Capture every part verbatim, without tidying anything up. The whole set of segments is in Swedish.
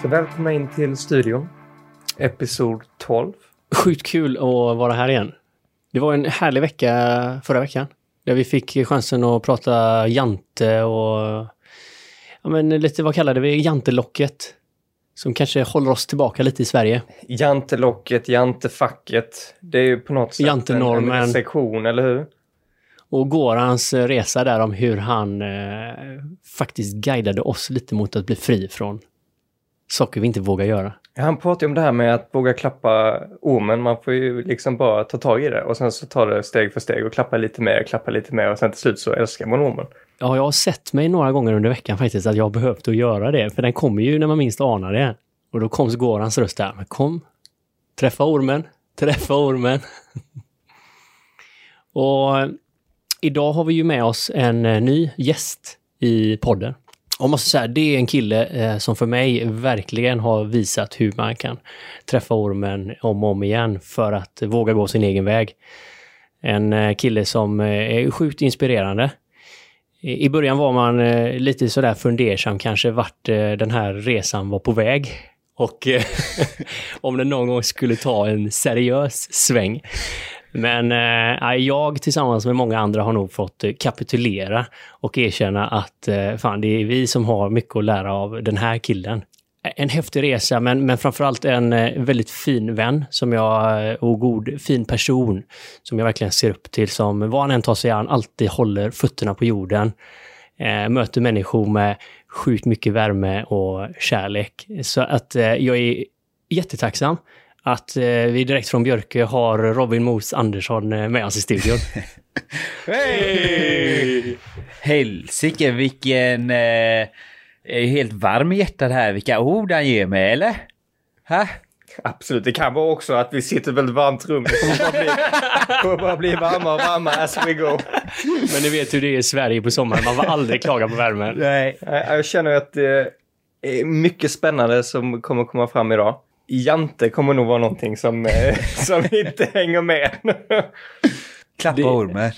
Så välkomna in till studion. Episod tolv. Sjukt kul att vara här igen. Det var en härlig vecka förra veckan. Där vi fick chansen att prata jante och ja, men lite, vad kallade vi, jantelocket. Som kanske håller oss tillbaka lite i Sverige. Jantelocket, jantefacket. Det är ju på något sätt Jantenormen. En, en sektion, eller hur? Och Gorans resa där om hur han eh, faktiskt guidade oss lite mot att bli fri från saker vi inte vågar göra. Han pratar ju om det här med att våga klappa ormen. Man får ju liksom bara ta tag i det. Och sen så tar det steg för steg och klappa lite mer, klappa lite mer. Och sen till slut så älskar man ormen. Ja, jag har sett mig några gånger under veckan faktiskt att jag har behövt att göra det. För den kommer ju när man minst anar det. Och då kom Gorans röst där. Men kom, träffa ormen, träffa ormen. Och idag har vi ju med oss en ny gäst i podden. Och måste säga, det är en kille eh, som för mig verkligen har visat hur man kan träffa ormen om och om igen för att våga gå sin egen väg. En eh, kille som eh, är sjukt inspirerande. I, i början var man eh, lite sådär fundersam kanske vart eh, den här resan var på väg. Och eh, om den någon gång skulle ta en seriös sväng. Men eh, jag tillsammans med många andra har nog fått eh, kapitulera och erkänna att eh, fan, det är vi som har mycket att lära av den här killen. En häftig resa, men, men framförallt en eh, väldigt fin vän som jag, och god, fin person som jag verkligen ser upp till, som vad han än tar sig an alltid håller fötterna på jorden. Eh, möter människor med sjukt mycket värme och kärlek. Så att eh, jag är jättetacksam att eh, vi direkt från Björke har Robin Mos Andersson eh, med oss i studion. Hej! Helsike, vilken eh, helt varm i hjärtat här. Vilka ord han ger mig, eller? Ha? Absolut, det kan vara också att vi sitter i ett väldigt varmt rum. Det kommer bara bli, kommer bara bli varmare och varmare as we go. Men ni vet hur det är i Sverige på sommaren. Man får aldrig klaga på värmen. Nej, jag känner att det är mycket spännande som kommer komma fram idag. Jante kommer nog vara någonting som, som inte hänger med. Klappa det... ormar.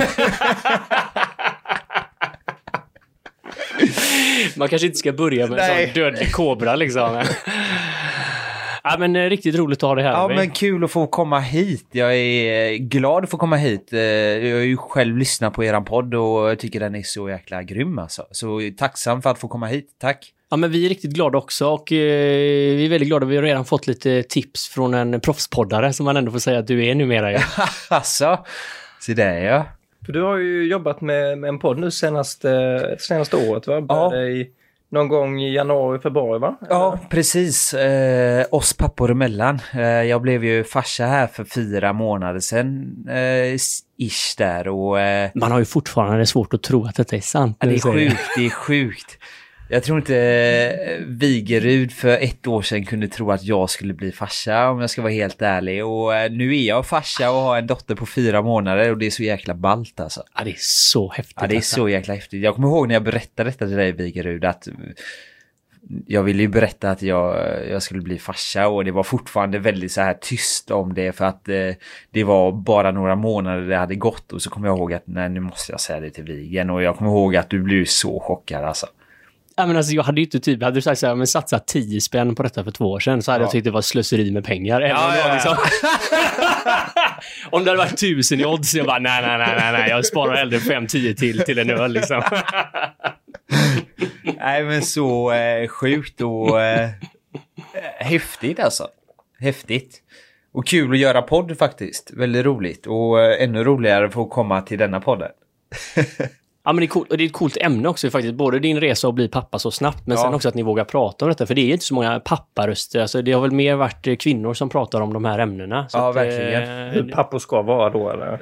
Man kanske inte ska börja med en sån dödlig kobra liksom. Ja, men riktigt roligt att ha det här. Ja, men kul att få komma hit. Jag är glad att få komma hit. Jag har ju själv lyssnat på eran podd och jag tycker den är så jäkla grym alltså. Så tacksam för att få komma hit. Tack. Ja, men vi är riktigt glada också och eh, vi är väldigt glada. Vi har redan fått lite tips från en proffspoddare som man ändå får säga att du är numera. Ja. Alltså, så det är jag. För du har ju jobbat med, med en podd nu senaste, senaste året, va? Ja. I, någon gång i januari, februari, va? Ja, precis. Eh, oss pappor emellan. Eh, jag blev ju farsa här för fyra månader sedan. Eh, ish där. Och, eh, man har ju fortfarande svårt att tro att detta är sant. Ja, det är sjukt, det är sjukt. Jag tror inte eh, Vigerud för ett år sedan kunde tro att jag skulle bli farsa, om jag ska vara helt ärlig. Och eh, nu är jag farsa och har en dotter på fyra månader och det är så jäkla ballt alltså. Ja, det är så häftigt. Ja, det är alltså. så jäkla häftigt. Jag kommer ihåg när jag berättade detta till dig, Vigerud, att jag ville ju berätta att jag, jag skulle bli farsa och det var fortfarande väldigt så här tyst om det för att eh, det var bara några månader det hade gått och så kommer jag ihåg att nej, nu måste jag säga det till Vigen och jag kommer ihåg att du blev så chockad alltså. Ja, men alltså, jag hade ju inte typ, hade du sagt så här, men satsa tio spänn på detta för två år sedan så hade ja. jag tyckt det var slöseri med pengar. Ja, ja, ja. Liksom. Om det hade varit tusen i odds, jag bara, nej, nej, nej, nej, nej, jag sparar hellre fem, tio till till en öl liksom. Nej, men så eh, sjukt och eh, häftigt alltså. Häftigt. Och kul att göra podd faktiskt. Väldigt roligt. Och eh, ännu roligare för att komma till denna podden. Ja, men det är, cool, och det är ett coolt ämne också faktiskt. Både din resa att bli pappa så snabbt, men ja. sen också att ni vågar prata om detta. För det är ju inte så många papparöster. Alltså, det har väl mer varit kvinnor som pratar om de här ämnena. Så ja, att, verkligen. Eh, Hur pappor ska vara då, eller?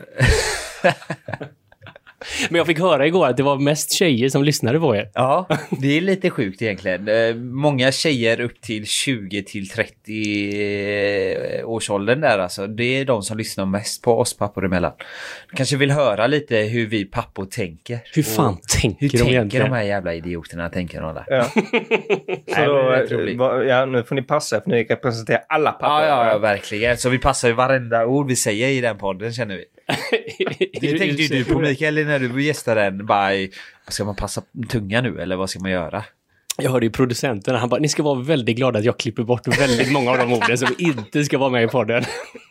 Men jag fick höra igår att det var mest tjejer som lyssnade på er. Ja, det är lite sjukt egentligen. Många tjejer upp till tjugo till trettio årsåldern där alltså. Det är de som lyssnar mest på oss pappor emellan. Du kanske vill höra lite hur vi pappor tänker. Hur fan tänker hur de tänker egentligen? de här jävla idioterna tänker de där? Ja. Så då, ja, nu får ni passa för ni kan presentera alla pappor. Ja, ja, ja, verkligen. Så vi passar ju varenda ord vi säger i den podden, känner vi. Det tänkte ju du på, Mikael, när du gästade den. Bara, ska man passa tunga nu eller vad ska man göra? Jag hörde ju producenten, han bara, ni ska vara väldigt glada att jag klipper bort väldigt många av de orden som inte ska vara med i podden.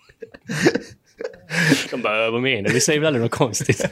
De bara, vad menar du? Vi säger väl aldrig något konstigt.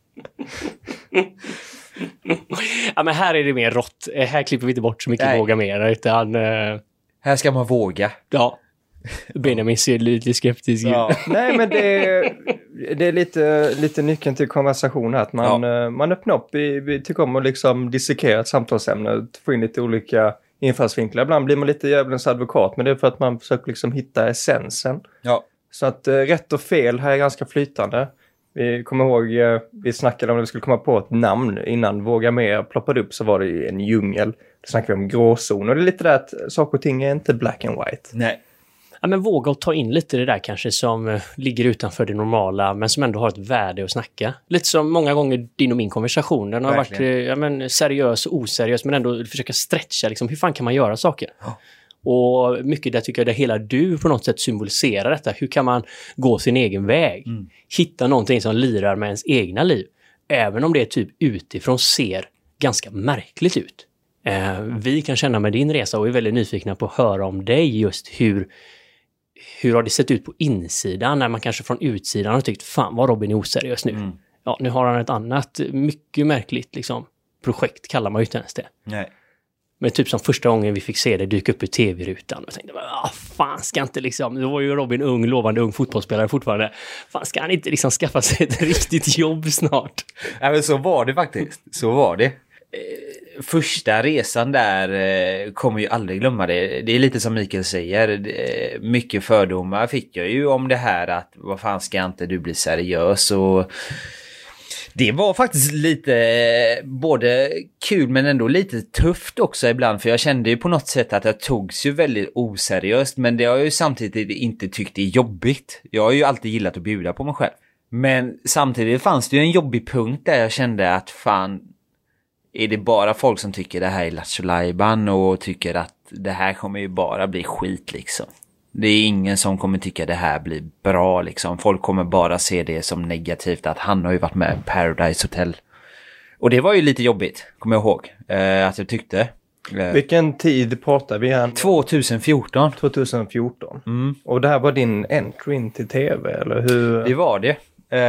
Ja, men här är det mer rått. Här klipper vi inte bort så mycket Nej. våga mer, utan... Uh, här ska man våga. Ja. Benjamin ser lite skeptisk ut. Ja. Nej, men det är, det är lite, lite nyckeln till konversation här. Att man, ja. man öppnar upp. Vi, vi tycker om att liksom dissekera ett samtalsämne. Få in lite olika infallsvinklar. Ibland blir man lite djävulens advokat. Men det är för att man försöker liksom hitta essensen. Ja. Så att uh, rätt och fel här är ganska flytande. Vi kommer ihåg, uh, vi snackade om att vi skulle komma på ett namn. Innan Våga Mer ploppade upp så var det ju en djungel. Då snackade vi om gråzon. Och det är lite där att saker och ting är inte black and white. Nej. Ja, men våga och ta in lite det där kanske som uh, ligger utanför det normala men som ändå har ett värde att snacka. Lite som många gånger din och min konversation. Den har Verkligen. varit uh, ja, men, seriös och oseriös men ändå försöka stretcha. Liksom, hur fan kan man göra saker? Ja. Och mycket där tycker jag det hela du på något sätt symboliserar detta. Hur kan man gå sin egen väg? Mm. Hitta någonting som lirar med ens egna liv. Även om det typ utifrån ser ganska märkligt ut. Uh, vi kan känna med din resa och är väldigt nyfikna på att höra om dig just hur Hur har det sett ut på insidan när man kanske från utsidan har tyckt fan vad Robin är oseriös nu. Mm. Ja, nu har han ett annat mycket märkligt liksom, projekt kallar man ju inte ens det. Nej. Men typ som första gången vi fick se det dyka upp i tv-rutan och tänkte, ah, fan ska inte liksom, då var ju Robin ung, lovande ung fotbollsspelare fortfarande. Fan ska han inte liksom skaffa sig ett riktigt jobb snart? Ja, men så var det faktiskt. Så var det. Första resan där eh, kommer ju aldrig glömma det. Det är lite som Mikael säger. Eh, mycket fördomar fick jag ju om det här att vad fan ska inte du bli seriös och det var faktiskt lite eh, både kul men ändå lite tufft också ibland för jag kände ju på något sätt att jag togs ju väldigt oseriöst men det har jag ju samtidigt inte tyckt är jobbigt. Jag har ju alltid gillat att bjuda på mig själv. Men samtidigt fanns det ju en jobbig punkt där jag kände att fan är det bara folk som tycker det här är Lattjo Lajban och tycker att det här kommer ju bara bli skit liksom. Det är ingen som kommer tycka det här blir bra liksom. Folk kommer bara se det som negativt att han har ju varit med i Paradise Hotel. Och det var ju lite jobbigt, kommer jag ihåg. Eh, att jag tyckte. Eh, Vilken tid pratar vi här? tjugohundrafjorton. tjugohundrafjorton. Mm. Och det här var din entry in till tv, eller hur? Det var det.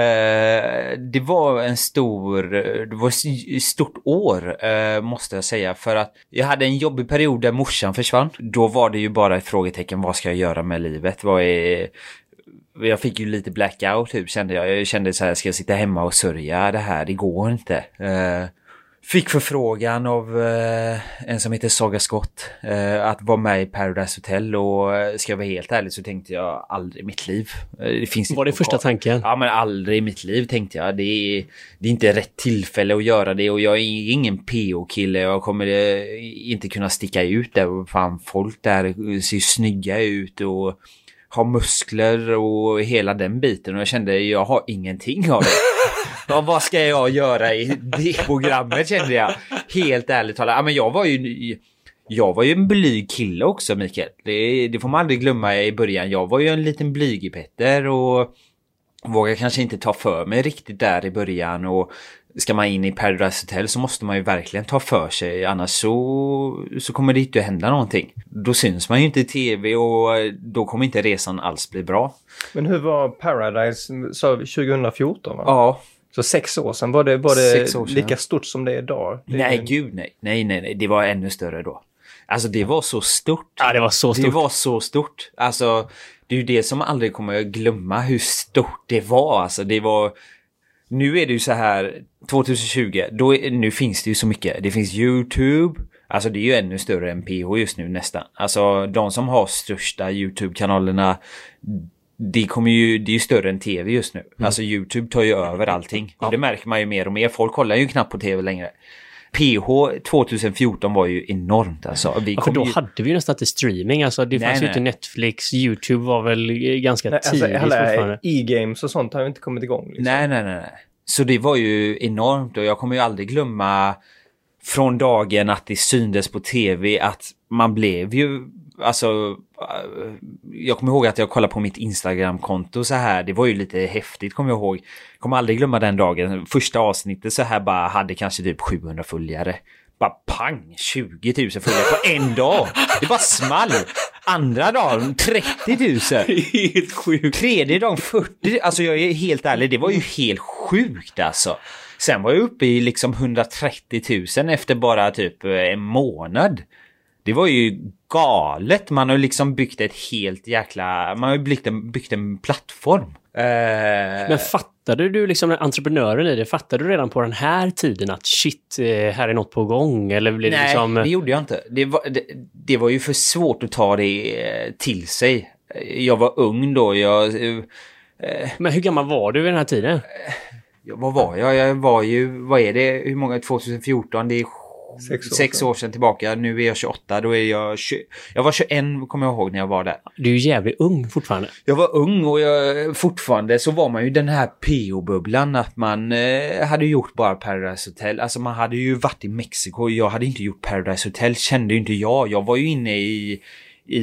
Uh, det var en stor det var ett stort år uh, måste jag säga för att jag hade en jobbig period där morsan försvann. Då var det ju bara ett frågetecken, vad ska jag göra med livet? Vad är jag fick ju lite blackout typ kände jag. Jag kände så här, ska jag sitta hemma och sörja det här? Det går inte. Uh, Fick förfrågan av eh, en som heter Saga Scott eh, att vara med i Paradise Hotel och eh, ska jag vara helt ärlig så tänkte jag aldrig i mitt liv. Eh, det finns var det första tanken? Ja, men aldrig i mitt liv tänkte jag. Det är, det är inte rätt tillfälle att göra det och jag är ingen P O-kille. Jag kommer eh, inte kunna sticka ut där. Fan, folk där ser snygga ut och har muskler och hela den biten och jag kände jag har ingenting av det. Ja, vad ska jag göra i det programmet kände jag. Helt ärligt talat. Ja, men jag var ju jag var ju en blyg kille också, Mikael. Det, det får man aldrig glömma i början. Jag var ju en liten blyg Petter och vågar kanske inte ta för mig riktigt där i början och ska man in i Paradise Hotel så måste man ju verkligen ta för sig. Annars så, så kommer det inte att hända någonting. Då syns man ju inte i tv och då kommer inte resan alls bli bra. Men hur var Paradise så tjugohundrafjorton va? Ja. Så sex år sedan, var det, var det lika stort som det är idag? Det nej, är... gud nej. Nej, nej, nej. Det var ännu större då. Alltså det var så stort. Ja, det var så stort. Det var så stort. Alltså, det är ju det som aldrig kommer att glömma hur stort det var. Alltså det var... Nu är det ju så här, tjugohundratjugo, då är, nu finns det ju så mycket. Det finns YouTube, alltså det är ju ännu större än P H just nu nästan. Alltså de som har största YouTube-kanalerna, det kommer ju, det är ju större än tv just nu. Mm. Alltså YouTube tar ju över allting. Ja. Och det märker man ju mer och mer. Folk kollar ju knappt på tv längre. P H tjugohundrafjorton var ju enormt alltså. Vi ja, för då ju... hade vi ju nästan inte streaming. Alltså det nej, fanns nej. ju inte Netflix. YouTube var väl ganska nej, tidigt alltså, fortfarande. E-games och sånt har ju inte kommit igång. Liksom. Nej, nej, nej. Så det var ju enormt och jag kommer ju aldrig glömma från dagen att det syndes på tv att man blev ju, alltså jag kommer ihåg att jag kollade på mitt Instagram-konto så här, det var ju lite häftigt kommer jag ihåg. Jag kommer aldrig glömma den dagen. Första avsnittet så här bara hade kanske typ sjuhundra följare bara pang, tjugo tusen följare på en dag. Det bara small. Andra dagen trettio tusen. Helt sjukt. Tredje dagen fyrtio. Alltså jag är helt ärlig, det var ju helt sjukt alltså. Sen var jag uppe i liksom hundratrettio tusen efter bara typ en månad. Det var ju galet. Man har ju liksom byggt ett helt jäkla... Man har ju byggt en, byggt en plattform. Uh... Men fattade du liksom entreprenören i det? Fattade du redan på den här tiden att shit, här är något på gång? Eller blev Nej, det, liksom... det gjorde jag inte. Det var, det, det var ju för svårt att ta det till sig. Jag var ung då. Jag, uh... Men hur gammal var du vid den här tiden? Ja, vad var jag? Jag var ju... Vad är det? Hur många? tjugohundrafjorton? Det är Sex år, Sex år sedan tillbaka. Nu är jag tjugoåtta. Då är jag tjugo. Jag var tjugoett, kommer jag ihåg, när jag var där. Du är ju jävligt ung fortfarande. Jag var ung och jag, fortfarande så var man ju den här P O-bubblan att man eh, hade gjort bara Paradise Hotel. Alltså man hade ju varit i Mexiko. Jag hade inte gjort Paradise Hotel. Kände ju inte jag. Jag var ju inne i, i,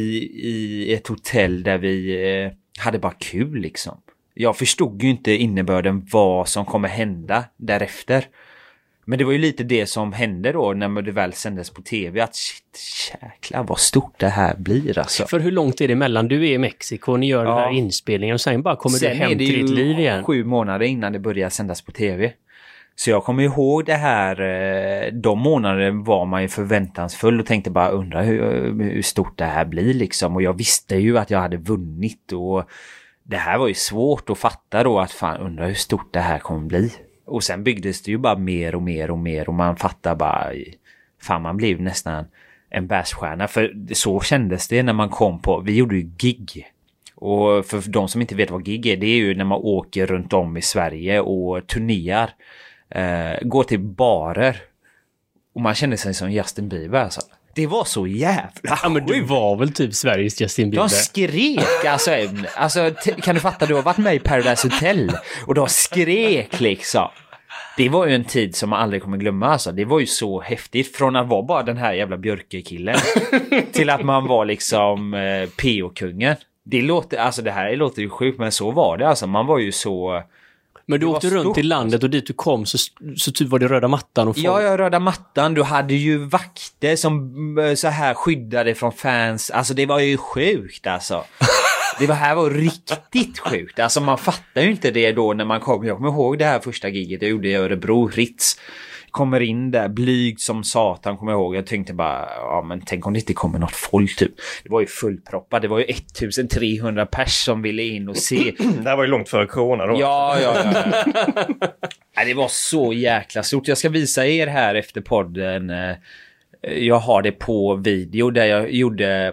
i ett hotell där vi eh, hade bara kul liksom. Jag förstod ju inte innebörden vad som kommer hända därefter. Men det var ju lite det som hände då när det väl sändes på tv. Att shit, jäklar vad stort det här blir alltså. För hur långt är det mellan? Du är i Mexiko och ni gör ja. den här inspelningen och sen bara kommer sen du hem till ditt liv igen. Sju månader innan det började sändas på tv. Så jag kommer ihåg det här, de månaderna var man ju förväntansfull och tänkte bara undra hur, hur stort det här blir liksom. Och jag visste ju att jag hade vunnit och det här var ju svårt att fatta då att fan undra hur stort det här kommer bli. Och sen byggdes det ju bara mer och mer och mer och man fattar bara, fan man blev nästan en världsstjärna. För så kändes det när man kom på, vi gjorde ju gig. Och för de som inte vet vad gig är, det är ju när man åker runt om i Sverige och turnerar. Eh, går till barer. Och man kände sig som Justin Bieber alltså. Det var så jävla ja, men du var väl typ Sveriges Justin Bieber. De skrek alltså, alltså t- kan du fatta, du har varit med i Paradise Hotel och de skrek liksom. Det var ju en tid som man aldrig kommer glömma alltså. Det var ju så häftigt från att vara bara den här jävla Björke-killen till att man var liksom eh, P O-kungen. Det låter, alltså det här låter ju sjukt men så var det alltså. Man var ju så... Men du åkte runt i landet och dit du kom så, så typ var det röda mattan och folk. Ja, ja, röda mattan. Du hade ju vakter som så här skyddade från fans. Alltså det var ju sjukt alltså. Det var här var riktigt sjukt. Alltså man fattar ju inte det då när man kom. Jag kommer ihåg det här första giget jag gjorde i Örebro, Ritz. Kommer in där, blyg som satan kommer jag ihåg. Jag tänkte bara, ja men tänk om det inte kommer något folk typ. Det var ju fullproppat. Det var ju ettusentrehundra pers som ville in och se. Det här var ju långt före corona då. Ja, ja, ja. ja. Det var så jäkla stort. Jag ska visa er här efter podden. Jag har det på video där jag gjorde...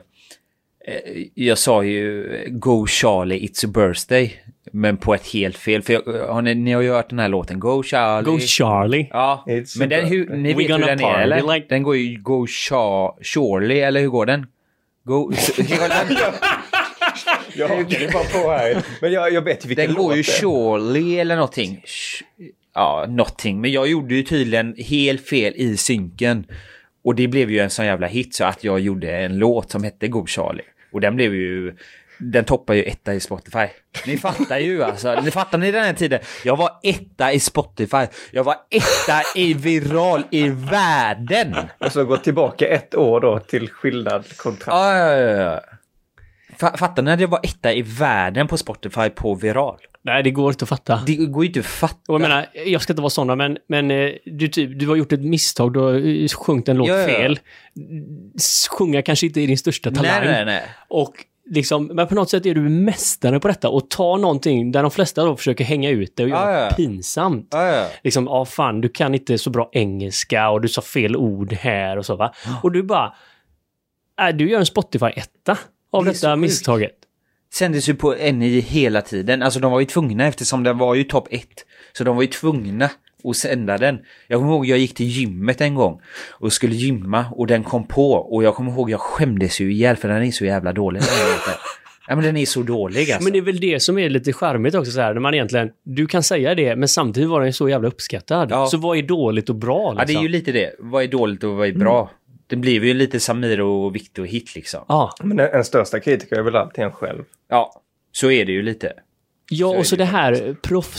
Jag sa ju Go Charlie, It's a Birthday. Men på ett helt fel. För jag, har ni, ni har ju hört den här låten Go Charlie. Go Charlie. Ja, It's men den, hur, ni vet hur den är eller? Like... Den går ju Go Char, Charlie eller hur går den? Go... hur går den? Jag hakar bara på här. Men jag, jag vet ju vilken den låt går ju Charlie eller någonting. Ja, någonting. Men jag gjorde ju tydligen helt fel i synken. Och det blev ju en sån jävla hit så att jag gjorde en låt som hette Go Charlie. Och den blev ju... Den toppar ju etta i Spotify. Ni fattar ju alltså. Ni fattar ni den här tiden? Jag var etta i Spotify. Jag var etta i viral i världen. Och så gå tillbaka ett år då till skillnad kontrast. Ja, ja, ja. Fattar ni att jag var etta i världen på Spotify på viral? Nej, det går inte att fatta. Det går ju inte att fatta. Och jag menar, jag ska inte vara sådana, men, men du, typ, du har gjort ett misstag. Du har sjungit en låt ja, ja. fel. Sjunga kanske inte är din största talang. Nej, nej, nej. Och liksom, men på något sätt är du mästare på detta. Och ta någonting där de flesta då försöker hänga ut det och göra ja, ja. pinsamt. Ja, ja. Liksom, ja fan, du kan inte så bra engelska och du sa fel ord här och så va. Ja. Och du bara, äh, du gör en Spotify-etta av det detta misstaget. Sändes ju på en i hela tiden. Alltså de var ju tvungna eftersom den var ju topp ett. Så de var ju tvungna att sända den. Jag kommer ihåg jag gick till gymmet en gång och skulle gymma och den kom på. Och jag kommer ihåg jag skämdes ju ihjäl för den är så jävla dålig. Ja men den är så dålig alltså. Men det är väl det som är lite charmigt också så här, när man egentligen, du kan säga det men samtidigt var den så jävla uppskattad. Ja. Så vad är dåligt och bra liksom? Ja det är ju lite det. Vad är dåligt och vad är bra? Mm. Det blir ju lite Samir och Victor hit liksom. Ja. Men en största kritiker är väl alltid en själv. Ja, så är det ju lite. Ja, Så och så är det det här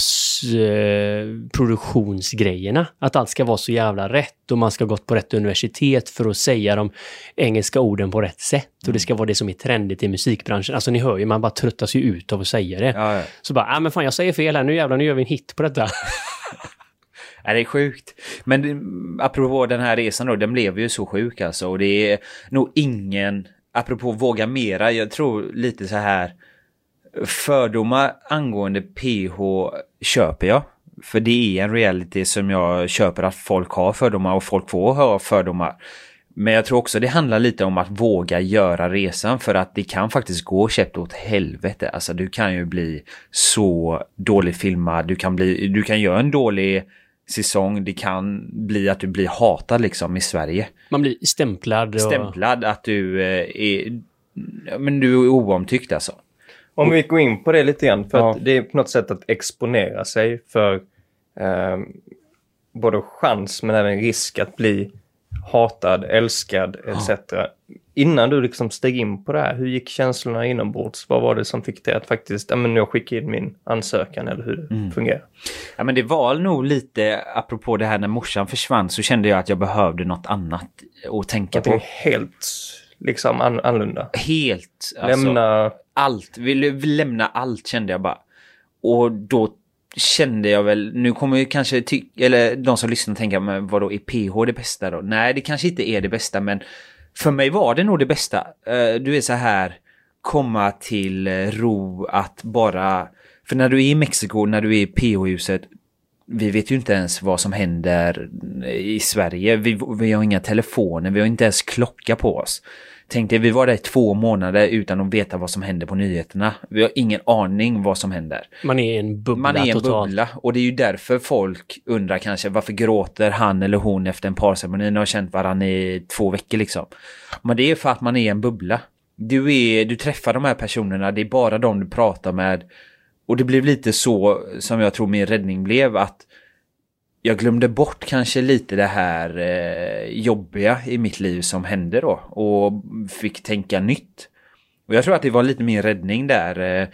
proffsproduktionsgrejerna. Eh, att allt ska vara så jävla rätt och man ska ha gått på rätt universitet för att säga de engelska orden på rätt sätt. Mm. Och det ska vara det som är trendigt i musikbranschen. Alltså ni hör ju, man bara tröttas ju ut av att säga det. Ja, ja. Så bara, ah, men fan jag säger fel här, nu jävlar, nu gör vi en hit på detta. Ja, det är sjukt. Men apropå den här resan då, den blev ju så sjuk alltså. Och det är nog ingen, apropå våga mera, jag tror lite så här, fördomar angående P H köper jag. För det är en reality som jag köper, att folk har fördomar och folk får ha fördomar. Men jag tror också det handlar lite om att våga göra resan, för att det kan faktiskt gå käppt åt helvete. Alltså du kan ju bli så dålig filmad, du kan, bli, du kan göra en dålig säsong, det kan bli att du blir hatad liksom i Sverige. Man blir stämplad. Och... Stämplad att du är, men du är oomtyckt alltså. Om vi går in på det lite grann, för ja. att det är på något sätt att exponera sig för eh, både chans men även risk att bli hatad, älskad et cetera. Ja. Innan du liksom steg in på det här, hur gick känslorna inombords? Vad var det som fick dig att faktiskt, ja men nu skickar in min ansökan, eller hur det mm. fungerar? Ja, men det var nog lite, apropå det här när morsan försvann, så kände jag att jag behövde något annat att tänka Någonting på. helt liksom an- annorlunda. Helt. Alltså, lämna allt. Vi, vi lämna allt, kände jag bara. Och då kände jag väl, nu kommer ju kanske ty- eller de som lyssnar tänka, men vadå, är P H det bästa då? Nej, det kanske inte är det bästa, men för mig var det nog det bästa. Uh, du är så här, komma till ro, att bara, för när du är i Mexiko, när du är i P H-huset, vi vet ju inte ens vad som händer i Sverige. Vi, vi har inga telefoner, vi har inte ens klocka på oss. Tänkte, vi var där i två månader utan att veta vad som händer på nyheterna. Vi har ingen aning vad som händer. Man är en bubbla. Man är en totalt. bubbla. Och det är ju därför folk undrar kanske, varför gråter han eller hon efter en parceremoni och har känt varandra i två veckor liksom. Men det är för att man är en bubbla. Du, är, du träffar de här personerna, det är bara de du pratar med. Och det blev lite så som jag tror min räddning blev, att jag glömde bort kanske lite det här eh, jobbiga i mitt liv som hände då. Och fick tänka nytt. Och jag tror att det var lite min räddning där. Eh,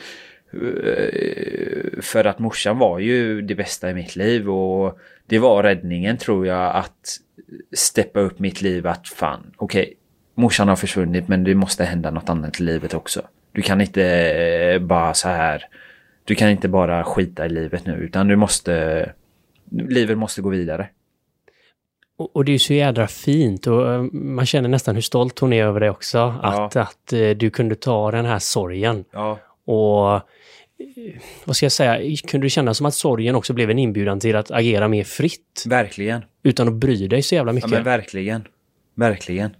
för att morsan var ju det bästa i mitt liv. Och det var räddningen, tror jag, att steppa upp mitt liv. Att fan, okej, okay, morsan har försvunnit, men det måste hända något annat i livet också. Du kan inte eh, bara så här... Du kan inte bara skita i livet nu, utan du måste... Livet måste gå vidare. Och, och det är ju så jädra fint, och uh, man känner nästan hur stolt hon är över det också. Ja. Att, att uh, du kunde ta den här sorgen. Ja. Och uh, vad ska jag säga, kunde du känna som att sorgen också blev en inbjudan till att agera mer fritt? Verkligen. Utan att bry dig så jävla mycket. Ja, men verkligen. Verkligen.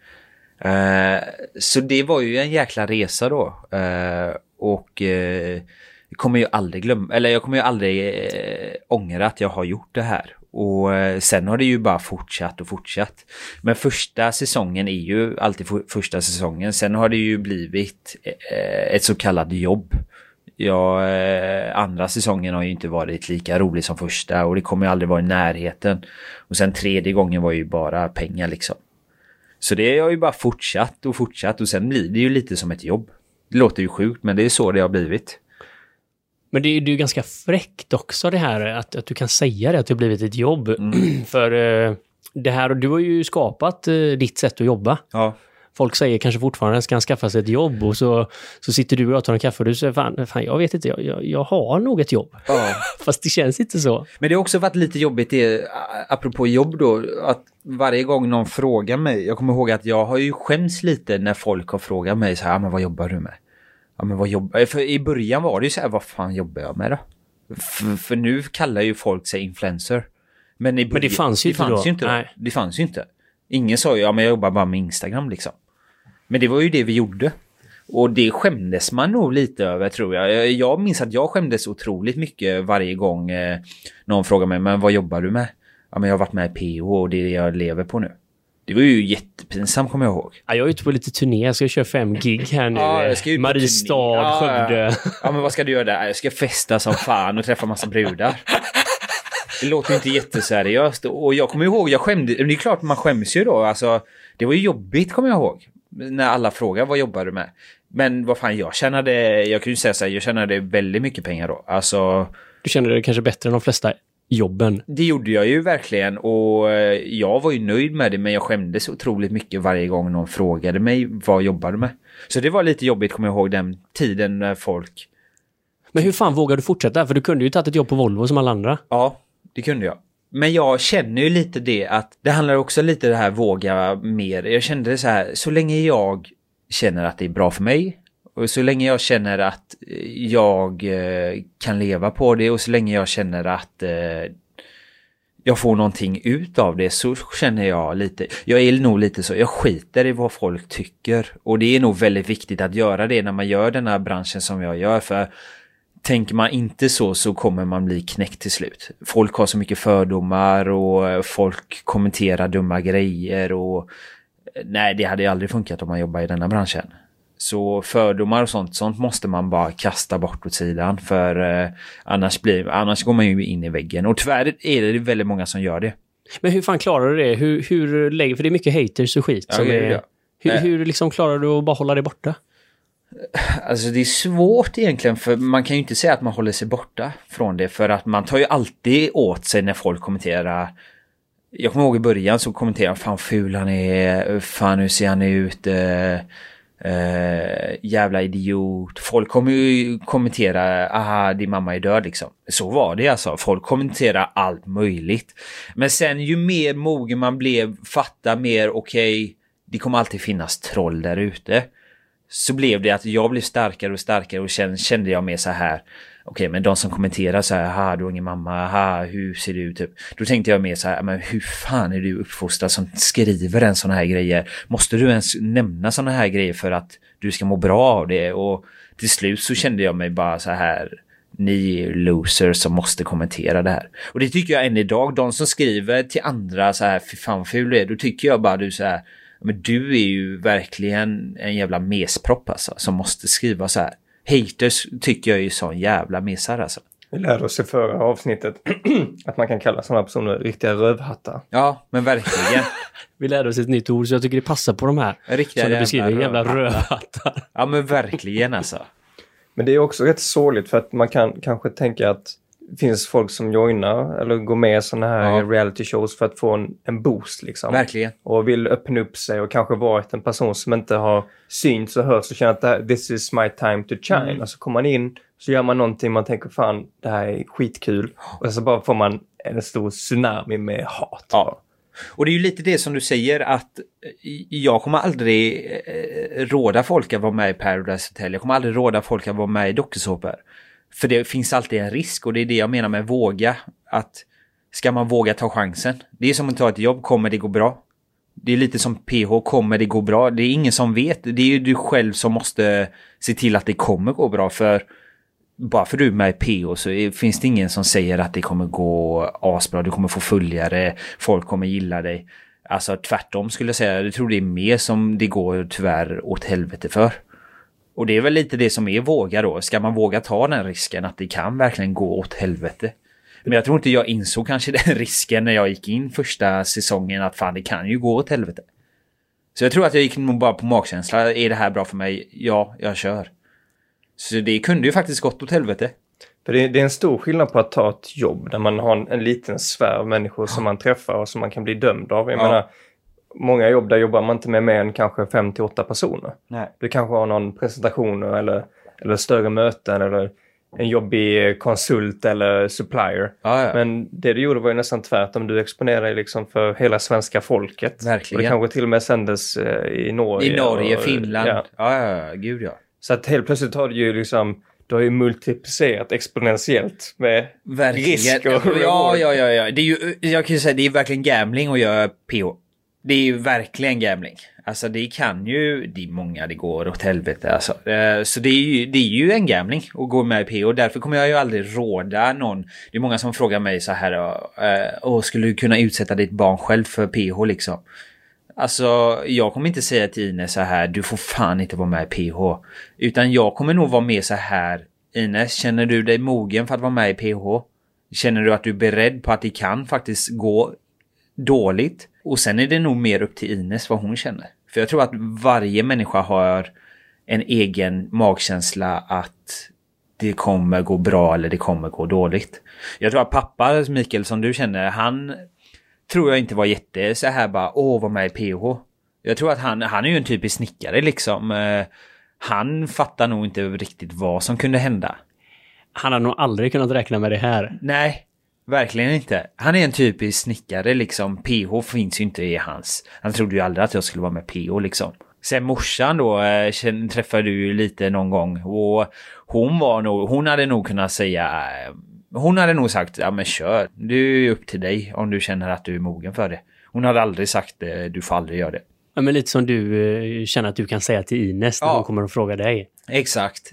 Uh, så det var ju en jäkla resa då. Uh, och... Uh, Jag kommer ju aldrig glömma, eller jag kommer ju aldrig eh, ångra att jag har gjort det här. Och eh, sen har det ju bara fortsatt och fortsatt. Men första säsongen är ju alltid f- första säsongen. Sen har det ju blivit eh, ett så kallat jobb. Ja, eh, andra säsongen har ju inte varit lika rolig som första. Och det kommer ju aldrig vara i närheten. Och sen tredje gången var ju bara pengar liksom. Så det har ju bara fortsatt och fortsatt. Och sen blir det ju lite som ett jobb. Det låter ju sjukt, men det är så det har blivit. Men det är ju ganska fräckt också det här att, att du kan säga det, att det har blivit ett jobb. Mm. För uh, det här, du har ju skapat uh, ditt sätt att jobba. Ja. Folk säger kanske fortfarande ska han skaffa sig ett jobb, och så, så sitter du och jag tar en kaffe och du säger fan, fan jag vet inte, jag, jag, jag har nog ett jobb. Ja. Fast det känns inte så. Men det har också varit lite jobbigt, det, apropå jobb då, att varje gång någon frågar mig, jag kommer ihåg att jag har ju skämts lite när folk har frågat mig så här, ah, men vad jobbar du med? Ja, men vad jobbar... För i början var det ju så här, vad fan jobbar jag med då? För, för nu kallar ju folk sig influencer. Men, i början, men det fanns ju det inte fanns då. Ju inte då. Nej. Det fanns ju inte. Ingen sa ju, ja men jag jobbar bara med Instagram liksom. Men det var ju det vi gjorde. Och det skämdes man nog lite över, tror jag. Jag minns att jag skämdes otroligt mycket varje gång eh, någon frågar mig, men vad jobbar du med? Ja, men jag har varit med i P H och det är det jag lever på nu. Det var ju jättepinsamt, kommer jag ihåg. Ja, jag är ute på lite turné. Jag ska köra fem gig här nu. Ja, Mariestad, ja, Skövde. Ja, men vad ska du göra där? Jag ska festa som fan och träffa massa brudar. Det låter inte jätteseriöst. Och jag kommer ihåg, jag skämde. Det är klart man skäms ju då. Alltså, det var ju jobbigt, kommer jag ihåg. När alla frågar, vad jobbar du med? Men vad fan, jag tjänade, jag kan ju säga så här, jag tjänade väldigt mycket pengar då. Alltså... Du kände det kanske bättre än de flesta jobben? Det gjorde jag ju verkligen, och jag var ju nöjd med det, men jag skämdes otroligt mycket varje gång någon frågade mig vad jag jobbade med. Så det var lite jobbigt, kommer jag ihåg, den tiden när folk... Men hur fan vågade du fortsätta? För du kunde ju tagit ett jobb på Volvo som alla andra. Ja, det kunde jag. Men jag känner ju lite det att det handlar också lite det här våga mer. Jag kände det så här, så länge jag känner att det är bra för mig och så länge jag känner att jag kan leva på det och så länge jag känner att jag får någonting ut av det, så känner jag lite, jag är nog lite så, jag skiter i vad folk tycker, och det är nog väldigt viktigt att göra det när man gör den här branschen som jag gör, för tänker man inte så så kommer man bli knäckt till slut. Folk har så mycket fördomar och folk kommenterar dumma grejer, och nej, det hade ju aldrig funkat om man jobbar i denna branschen. Så fördomar och sånt, sånt måste man bara kasta bort åt sidan, för eh, annars, blir, annars går man ju in i väggen. Och tyvärr är det väldigt många som gör det. Men hur fan klarar du det? Hur, hur lägger, för det är mycket haters och skit. Ja, som ja, är, ja. Hur, hur liksom klarar du att bara hålla det borta? Alltså det är svårt egentligen, för man kan ju inte säga att man håller sig borta från det, för att man tar ju alltid åt sig när folk kommenterar. Jag kommer ihåg i början så kommenterar fan ful han är, fan hur ser han ut, eh, eh, jävla idiot. Folk kommer ju kommentera, aha din mamma är död liksom. Så var det alltså, folk kommenterar allt möjligt. Men sen ju mer mogen man blev, fatta mer okej, okay, det kommer alltid finnas troll där ute. Så blev det att jag blev starkare och starkare och kände, kände jag mer så här, okej, okay, men de som kommenterar så här, ha du har ingen mamma, ha hur ser du ut typ. Då tänkte jag mer så här, men hur fan är du uppfostrad som skriver en sån här grejer? Måste du ens nämna såna här grejer för att du ska må bra av det? Och till slut så kände jag mig bara så här, ni är losers som måste kommentera det här. Och det tycker jag än idag, de som skriver till andra så här, fy fan ful är, då tycker jag bara du så här, men du är ju verkligen en jävla mespropp alltså, som måste skriva så här. Haters tycker jag är ju sån jävla mesar alltså. Vi lärde oss i förra avsnittet att man kan kalla sådana personer riktiga rövhattar. Ja, men verkligen. Vi lärde oss ett nytt ord, så jag tycker det passar på de här. Riktiga som du beskriver, jävla, jävla jävla rövhattar. Ja, men verkligen alltså. Men det är också rätt sårligt, för att man kan kanske tänka att det finns folk som joinar eller går med i sådana här ja. reality shows för att få en, en boost liksom. Verkligen. Och vill öppna upp sig och kanske varit en person som inte har synts och hörts och känner att det här, this is my time to shine. Mm. Och så kommer man in, så gör man någonting, man tänker fan, det här är skitkul. Och så bara får man en stor tsunami med hat. Ja. Och det är ju lite det som du säger, att jag kommer aldrig råda folk att vara med i Paradise Hotel. Jag kommer aldrig råda folk att vara med i dokusåpor. För det finns alltid en risk, och det är det jag menar med våga. Att ska man våga ta chansen? Det är som att ta ett jobb, kommer det gå bra? Det är lite som P H, kommer det gå bra? Det är ingen som vet. Det är ju du själv som måste se till att det kommer gå bra. För bara för du är med i P H så är, finns det ingen som säger att det kommer gå asbra. Du kommer få följare, folk kommer gilla dig. Alltså tvärtom skulle jag säga. Jag tror det är mer som det går tyvärr åt helvete för. Och det är väl lite det som är våga då. Ska man våga ta den risken att det kan verkligen gå åt helvete? Men jag tror inte jag insåg kanske den risken när jag gick in första säsongen, att fan det kan ju gå åt helvete. Så jag tror att jag gick nog bara på magkänsla. Är det här bra för mig? Ja, jag kör. Så det kunde ju faktiskt gått åt helvete. För det är, det är en stor skillnad på att ta ett jobb där man har en, en liten sfär av människor som man träffar och som man kan bli dömd av. Jag ja. menar, många jobb där jobbar man inte med mer än kanske fem till åtta personer. Nej. Du kanske har någon presentation eller, eller större möten eller en jobbig konsult eller supplier. Ja, ja. Men det du gjorde var ju nästan tvärtom. Du exponerade dig liksom för hela svenska folket. Verkligen. Och det kanske till och med sändes i Norge. I Norge, och, Finland. Ja. Ja, ja, gud ja. Så att helt plötsligt har du ju liksom, du har ju multiplicerat exponentiellt med verkligen. risk och reward. Ja, ja, ja, ja. Det är ju, jag kan ju säga, det är verkligen gambling att göra P H. Det är ju verkligen gambling. Alltså det kan ju, det är många det går åt helvete alltså. Så det är ju, det är ju en gambling att gå med i P H. Därför kommer jag ju aldrig råda någon. Det är många som frågar mig så här, åh, skulle du kunna utsätta ditt barn själv för P H liksom? Alltså jag kommer inte säga till Ines så här, du får fan inte vara med i P H. Utan jag kommer nog vara med så här, Ines, känner du dig mogen för att vara med i P H? Känner du att du är beredd på att det kan faktiskt gå dåligt? Och sen är det nog mer upp till Ines vad hon känner. För jag tror att varje människa har en egen magkänsla att det kommer gå bra eller det kommer gå dåligt. Jag tror att pappa, Mikael, som du känner, han tror jag inte var jätte så här bara, åh, var med i P H. Jag tror att han, han är ju en typisk snickare liksom. Eh, han fattar nog inte riktigt vad som kunde hända. Han har nog aldrig kunnat räkna med det här. Nej, verkligen inte. Han är en typisk snickare liksom. P H finns ju inte i hans. Han trodde ju aldrig att jag skulle vara med P H liksom. Sen morsan då äh, träffade du ju lite någon gång. Och hon var nog, hon hade nog kunnat säga, äh, hon hade nog sagt, ja men kör. Det är ju upp till dig om du känner att du är mogen för det. Hon hade aldrig sagt, äh, du får aldrig göra det. Ja, men lite som du äh, känner att du kan säga till Ines när ja. hon kommer att fråga dig. Exakt.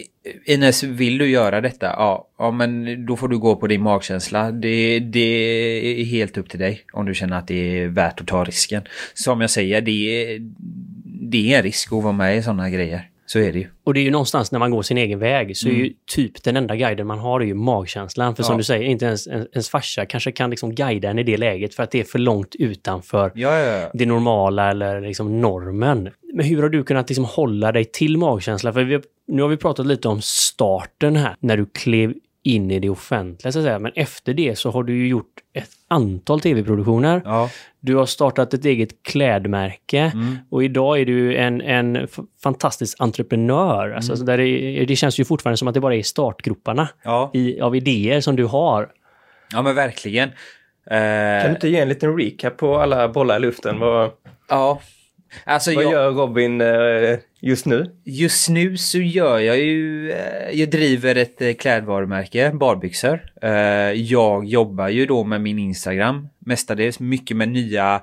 Ines, vill du göra detta? Ja, ja, men då får du gå på din magkänsla. Det, det är helt upp till dig om du känner att det är värt att ta risken. Som jag säger, det är, det är en risk att vara med i sådana grejer. Så är det ju. Och det är ju någonstans när man går sin egen väg så mm. är ju typ den enda guiden man har är ju magkänslan. För som ja. du säger, inte ens ens farsa kanske kan liksom guida en i det läget för att det är för långt utanför ja, ja, ja. det normala eller liksom normen. Men hur har du kunnat liksom hålla dig till magkänslan? För vi har, nu har vi pratat lite om starten här, när du klev in i det offentliga så att säga. Men efter det så har du ju gjort ett antal tv-produktioner. Ja. Du har startat ett eget klädmärke. Mm. Och idag är du en, en f- fantastisk entreprenör. Alltså, mm. där det, det känns ju fortfarande som att det bara är startgroparna ja. i, av idéer som du har. Ja, men verkligen. Uh... Kan du inte ge en liten recap på alla bollar i luften? Vad, ja. Alltså, vad jag... gör Robin uh, just nu? Just nu så gör jag ju... Uh, jag driver ett uh, klädvarumärke, barbyxor. Uh, jag jobbar ju då med min Instagram. Mestadels mycket med nya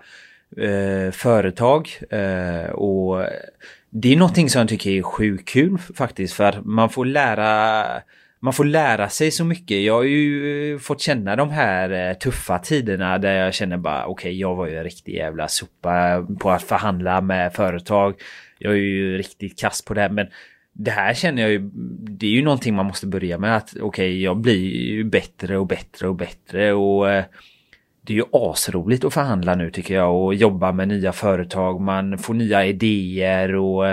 uh, företag. Uh, och det är någonting som jag tycker är sjukt kul faktiskt. För man får lära... Man får lära sig så mycket. Jag har ju fått känna de här tuffa tiderna där jag känner bara, okej, okay, jag var ju en riktig jävla sopa på att förhandla med företag. Jag är ju riktigt kass på det här, men det här känner jag ju, det är ju någonting man måste börja med, att okej, okay, jag blir ju bättre och bättre och bättre och det är ju asroligt att förhandla nu tycker jag och jobba med nya företag. Man får nya idéer och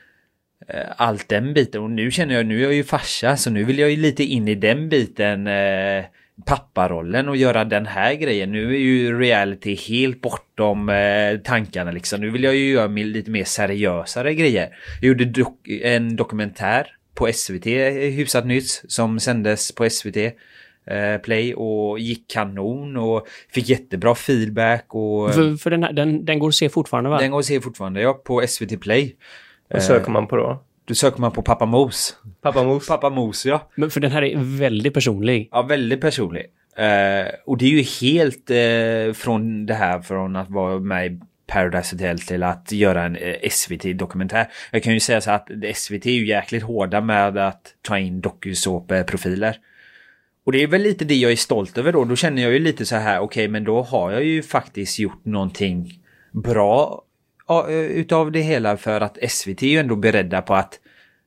allt den biten. Och nu känner jag, nu är jag ju farsa, så nu vill jag ju lite in i den biten, eh, papparollen och göra den här grejen. Nu är ju reality helt bortom eh, tankarna liksom. Nu vill jag ju göra lite mer seriösare grejer. Jag gjorde dok- en dokumentär på S V T hyfsat nytt som sändes på S V T eh, Play och gick kanon och fick jättebra feedback. Och, för för den, här, den, den går att se fortfarande, va? Den går att se fortfarande, ja, på S V T Play. Vad söker man på då? Du söker man på Pappa Mos. Pappa Mos? Pappa Mos, ja. Men för den här är väldigt personlig. Ja, väldigt personlig. Uh, och det är ju helt uh, från det här, från att vara med i Paradise Hotel till att göra en uh, S V T-dokumentär. Jag kan ju säga så att S V T är ju jäkligt hårda med att ta in dokusåp-profiler. Och det är väl lite det jag är stolt över då. Då känner jag ju lite så här, okej, okay, men då har jag ju faktiskt gjort någonting bra utav det hela, för att S V T är ju ändå beredda på att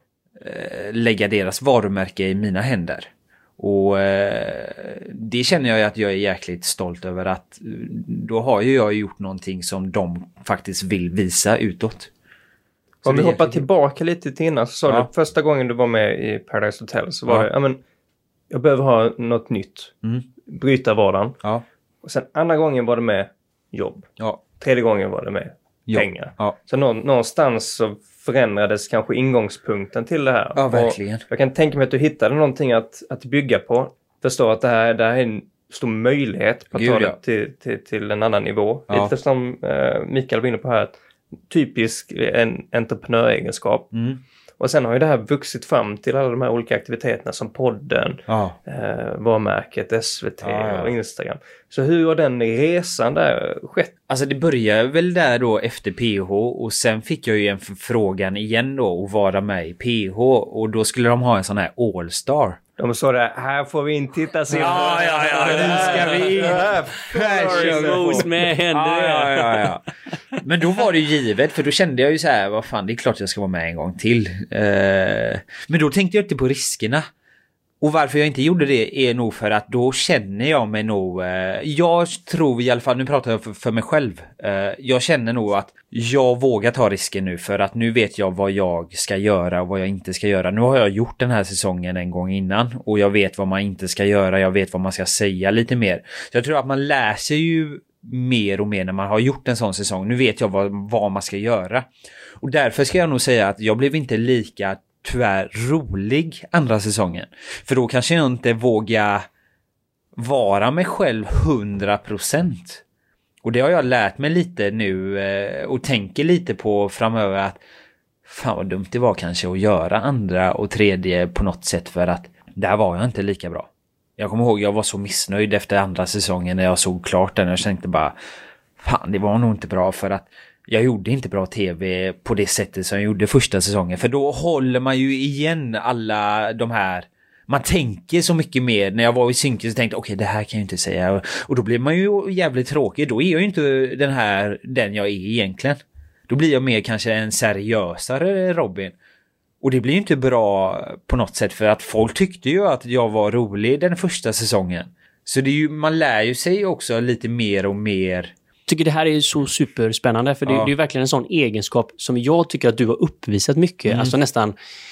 eh, lägga deras varumärke i mina händer. Och eh, det känner jag att jag är jäkligt stolt över, att då har ju jag gjort någonting som de faktiskt vill visa utåt. Så om vi hoppar tillbaka lite till innan, så sa ja. du första gången du var med i Paradise Hotel så var ja. det, ja men jag behöver ha något nytt. Mm. Bryta vardagen. Ja. Och sen andra gången var det med jobb. Ja. Tredje gången var det med pengar. Ja. Så nå- någonstans så förändrades kanske ingångspunkten till det här. Ja, verkligen. Och jag kan tänka mig att du hittade någonting att, att bygga på. Förstå att det här, det här är en stor möjlighet på att Gud, ta det ja. till, till, till en annan nivå. Ja. Lite som eh, Mikael var inne på här. Typisk en entreprenöregenskap. Mm. Och sen har ju det här vuxit fram till alla de här olika aktiviteterna som podden, Ja. eh, varumärket, S V T Ja, ja. och Instagram. Så hur har den resan där skett? Alltså det började väl där då efter P H, och sen fick jag ju en förfrågan igen då att vara med i P H, och då skulle de ha en sån här All-Star. De sa det, här får vi inte titta sig. Ja, ja, ja, nu ska vi in. Här kör vi med händer. Ja, ja, ja, ja. Men då var det ju givet, för då kände jag ju så här, vad fan, det är klart jag ska vara med en gång till. Eh, men då tänkte jag inte på riskerna. Och varför jag inte gjorde det är nog för att då känner jag mig nog... Eh, jag tror i alla fall, nu pratar jag för, för mig själv. Eh, jag känner nog att jag vågar ta risken nu för att nu vet jag vad jag ska göra och vad jag inte ska göra. Nu har jag gjort den här säsongen en gång innan och jag vet vad man inte ska göra. Jag vet vad man ska säga lite mer. Så jag tror att man lär sig ju mer och mer när man har gjort en sån säsong. Nu vet jag vad, vad man ska göra. Och därför ska jag nog säga att jag blev inte lika... tyvärr rolig andra säsongen. För då kanske jag inte vågar vara mig själv hundra procent. Och det har jag lärt mig lite nu eh, och tänker lite på framöver att fan vad dumt det var kanske att göra andra och tredje på något sätt för att där var jag inte lika bra. Jag kommer ihåg jag var så missnöjd efter andra säsongen när jag såg klart den och jag tänkte bara fan det var nog inte bra för att jag gjorde inte bra tv på det sättet som jag gjorde första säsongen. För då håller man ju igen alla de här... Man tänker så mycket mer. När jag var i synken så tänkte jag, okej, okay, det här kan jag inte säga. Och då blir man ju jävligt tråkig. Då är jag ju inte den här, den jag är egentligen. Då blir jag mer kanske en seriösare Robin. Och det blir ju inte bra på något sätt. För att folk tyckte ju att jag var rolig den första säsongen. Så det är ju, man lär ju sig också lite mer och mer... Jag tycker det här är så superspännande för det, ja. det är ju verkligen en sån egenskap som jag tycker att du har uppvisat mycket, mm. alltså nästan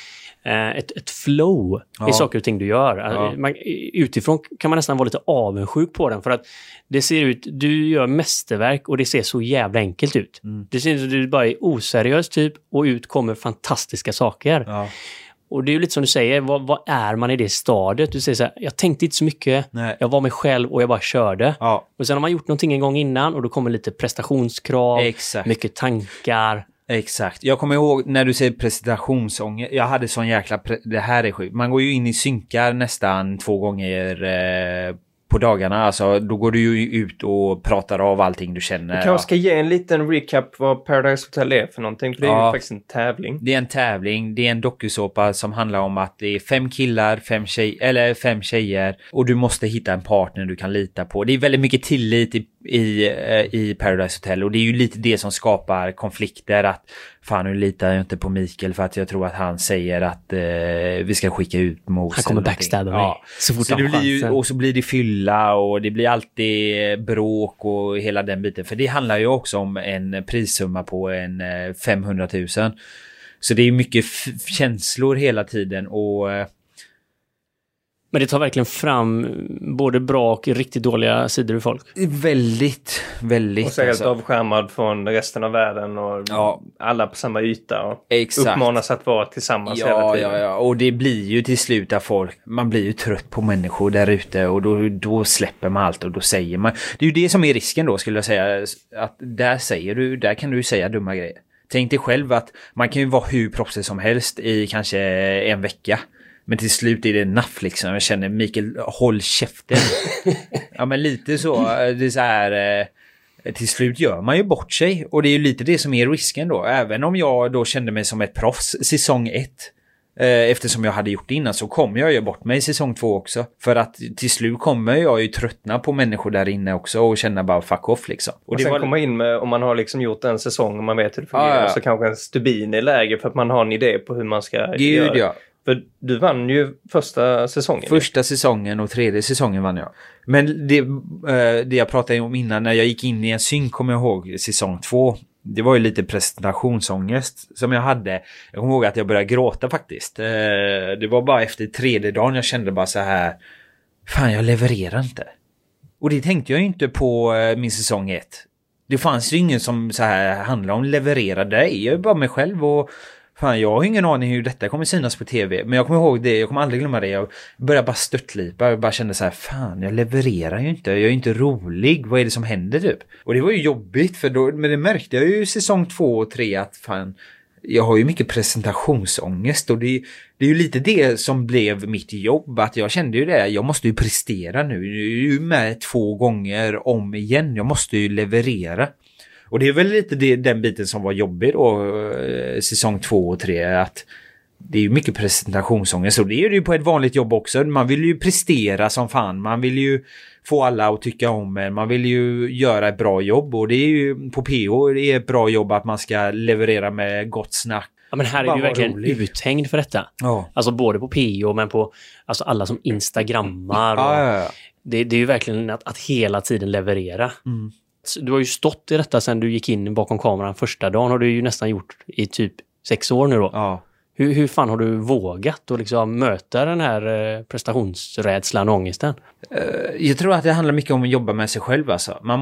eh, ett, ett flow ja. i saker och ting du gör. Ja. Man, utifrån kan man nästan vara lite avundsjuk på den för att det ser ut, du gör mästerverk och det ser så jävla enkelt ut. Mm. Det ser ut som att du bara är oseriös typ och ut kommer fantastiska saker. Ja. Och det är ju lite som du säger, vad, vad är man i det stadiet? Du säger så här, jag tänkte inte så mycket, Nej. jag var mig själv och jag bara körde. Ja. Och sen har man gjort någonting en gång innan och då kommer lite prestationskrav, Exakt. mycket tankar. Exakt. Jag kommer ihåg när du säger presentationsångest, jag hade sån jäkla, pre- det här är sjukt. Man går ju in i synkar nästan två gånger eh, på dagarna, alltså då går du ju ut och pratar av allting du känner. Du kanske ska ge en liten recap vad Paradise Hotel är för någonting, för det är ja, ju faktiskt en tävling. Det är en tävling, det är en dokusåpa som handlar om att det är fem killar, fem tjej, eller fem tjejer och du måste hitta en partner du kan lita på. Det är väldigt mycket tillit i, i, i Paradise Hotel och det är ju lite det som skapar konflikter att fan nu litar jag inte på Mikael för att jag tror att han säger att eh, vi ska skicka ut Mos. Han kommer backstabba mig. Ja. Så fort så det blir ju, och så blir det fylla och det blir alltid bråk och hela den biten. För det handlar ju också om en prissumma på en eh, femhundratusen. Så det är mycket f- känslor hela tiden och... Eh, Men det tar verkligen fram både bra och riktigt dåliga sidor ur folk. Väldigt, väldigt. Och så helt alltså. avskärmad från resten av världen och ja. alla på samma yta. Och Exakt. uppmanas att vara tillsammans ja, hela tiden. Ja, ja, och det blir ju till slut att folk, man blir ju trött på människor där ute och då, då släpper man allt och då säger man. Det är ju det som är risken då skulle jag säga, att där säger du, där kan du säga dumma grejer. Tänk dig själv att man kan ju vara hur proffsig som helst i kanske en vecka. Men till slut är det naff liksom. Jag känner Mikael, håll käften. Ja men lite så. Det är så här. Eh, till slut gör man ju bort sig. Och det är ju lite det som är risken då. Även om jag då kände mig som ett proffs säsong ett. Eh, eftersom jag hade gjort det innan så kommer jag ju bort mig i säsong två också. För att till slut kommer jag ju tröttna på människor där inne också. Och känna bara fuck off liksom. Och, och det sen var... komma in med, om man har liksom gjort en säsong och man vet hur det fungerar. Ah, ja. Så kanske en stubin är läge för att man har en idé på hur man ska Gud, göra det. Ja. För du vann ju första säsongen. Första säsongen och tredje säsongen vann jag. Men det, det jag pratade om innan när jag gick in i en synk kommer jag ihåg säsong två. Det var ju lite presentationsångest som jag hade. Jag kommer ihåg att jag började gråta faktiskt. Det var bara efter tredje dagen jag kände bara så här. Fan jag levererar inte. Och det tänkte jag ju inte på min säsong ett. Det fanns ju ingen som så här handlade om leverera. Det är ju bara mig själv och fan, jag har ingen aning hur detta kommer synas på tv. Men jag kommer ihåg det, jag kommer aldrig glömma det. Jag började bara störtlipa. Jag bara kände så här, fan, jag levererar ju inte. Jag är inte rolig. Vad är det som händer typ? Och det var ju jobbigt, för då, men det märkte jag ju säsong två och tre att fan, jag har ju mycket presentationsångest. Och det, det är ju lite det som blev mitt jobb. Att jag kände ju det, jag måste ju prestera nu. Jag är ju med två gånger om igen. Jag måste ju leverera. Och det är väl lite det, den biten som var jobbig då, säsong två och tre, att det är ju mycket presentationsångest. Så det är det ju på ett vanligt jobb också. Man vill ju prestera som fan. Man vill ju få alla att tycka om en. Man vill ju göra ett bra jobb. Och det är ju på P O, det är ett bra jobb att man ska leverera med gott snack. Ja, men här är du verkligen rolig. Uthängd för detta. Ja. Alltså både på P O men på alltså alla som instagrammar. Och ja, ja, ja. Det, det är ju verkligen att, att hela tiden leverera. Mm. Du har ju stått i detta sedan du gick in bakom kameran första dagen. Har du ju nästan gjort i typ sex år nu då. Ja. Hur, hur fan har du vågat att liksom möta den här prestationsrädslan och ångesten? Jag tror att det handlar mycket om att jobba med sig själv. Alltså. Man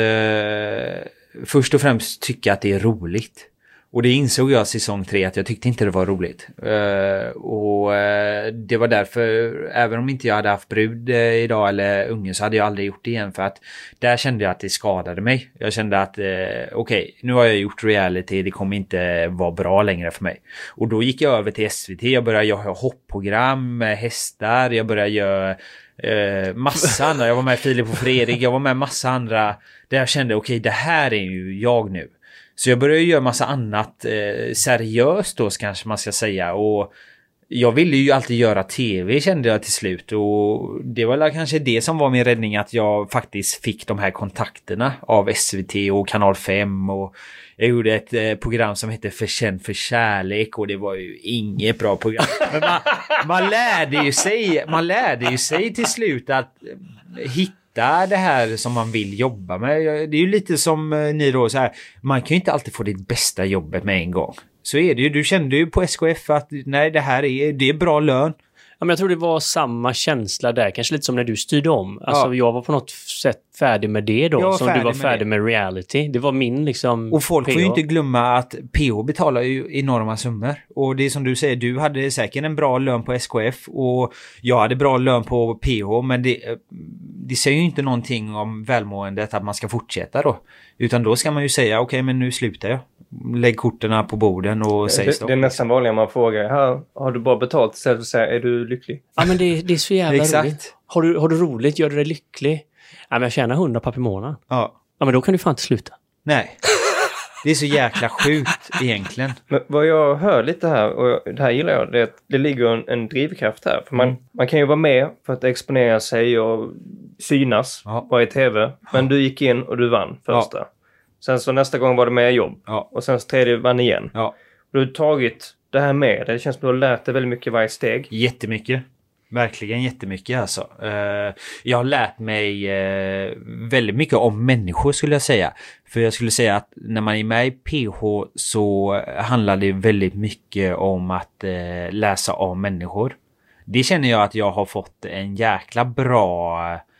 måste först och främst tycka att det är roligt. Och det insåg jag säsong tre att jag tyckte inte det var roligt. Uh, och uh, det var därför, även om inte jag hade haft brud uh, idag eller unge, så hade jag aldrig gjort det igen. För att där kände jag att det skadade mig. Jag kände att uh, okej, okay, nu har jag gjort reality, det kommer inte vara bra längre för mig. Och då gick jag över till S V T, jag började göra hoppprogram med hästar, jag började göra Uh, massa andra, jag var med Filip och Fredrik, jag var med massa andra där jag kände okej, okay, det här är ju jag nu. Så jag började göra massa annat eh, seriöst då kanske man ska säga, och jag ville ju alltid göra tv kände jag till slut, och det var kanske det som var min räddning, att jag faktiskt fick de här kontakterna av S V T och Kanal fem, och jag gjorde ett eh, program som hette Förtjänt för kärlek, och det var ju inget bra program. Men man, man lärde ju sig, man lärde ju sig till slut att eh, hitta det här som man vill jobba med. Det är ju lite som eh, ni då så här, man kan ju inte alltid få det bästa jobbet med en gång. Så är det ju, du kände ju på S K F att nej, det här är, det är bra lön. Ja, men jag tror det var samma känsla där. Kanske lite som när du styrde om. Alltså ja. Jag var på något sätt färdig med det då. Som du var färdig med, med reality. Det var min liksom Och folk P H. får ju inte glömma att P H betalar ju enorma summor. Och det är som du säger, du hade säkert en bra lön på S K F. Och jag hade bra lön på P H. Men det, det säger ju inte någonting om välmåendet att man ska fortsätta då. Utan då ska man ju säga, okej okay, men nu slutar jag. Lägg korterna på borden och säg stopp. Det är nästan vanligt man frågar, har, har du bara betalt istället för att säga, är du lycklig? Ja, men det, det är så jävla Exakt. roligt. Har du, har du roligt, gör du dig lycklig? Ja, men jag tjänar hundra papp i månaden. Ja. Ja, men då kan du fan inte sluta. Nej. Det är så jäkla sjukt egentligen. Men vad jag hör lite här, och det här gillar jag, det är att det ligger en, en drivkraft här. För man, mm. man kan ju vara med för att exponera sig och synas ja. Bara i tv. Men ja. Du gick in och du vann första. Ja. Sen så nästa gång var det med jobb. Ja. Och sen så tredje vann igen. Ja. Du har tagit det här med. Det känns som att du har lärt dig väldigt mycket varje steg. Jättemycket. Verkligen jättemycket alltså. Uh, jag har lärt mig uh, väldigt mycket om människor skulle jag säga. För jag skulle säga att när man är med i P H så handlar det väldigt mycket om att uh, läsa av människor. Det känner jag att jag har fått en jäkla bra...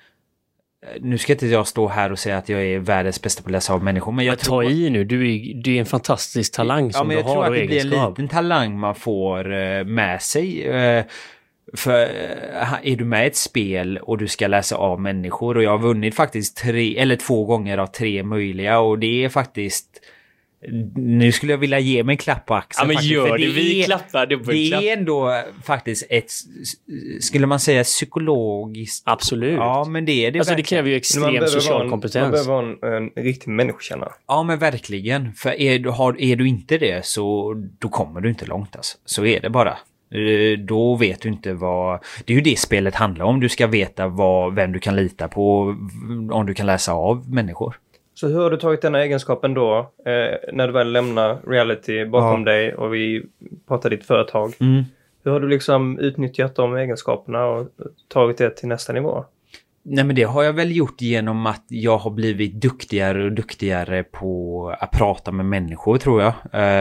Nu ska inte jag stå här och säga att jag är världens bästa på att läsa av människor. Men jag men ta i nu, du är, du är en fantastisk talang som ja, du har och egenskap. Jag tror att det blir en liten talang man får uh, med sig. Uh, För är du med i ett spel och du ska läsa av människor, och jag har vunnit faktiskt tre eller två gånger av tre möjliga, och det är faktiskt, nu skulle jag vilja ge mig en klapp på axeln. Ja, men faktiskt, gör det, det, vi är, klappar dubbelklapp. Det är ändå faktiskt ett, skulle man säga, psykologiskt. Absolut. Ja, men det är det. Alltså verkligen. Det kräver ju extrem social en, kompetens. Man behöver vara en, en riktig människokännare. Ja, men verkligen. För är du, har, är du inte det, så då kommer du inte långt alltså. Så är det bara. Då vet du inte vad... Det är ju det spelet handlar om. Du ska veta vad, vem du kan lita på, om du kan läsa av människor. Så hur har du tagit denna egenskapen då eh, när du väl lämnar reality bakom ja. dig och vi pratar ditt företag? Mm. Hur har du liksom utnyttjat de egenskaperna och tagit det till nästa nivå? Nej, men det har jag väl gjort genom att jag har blivit duktigare och duktigare på att prata med människor, tror jag.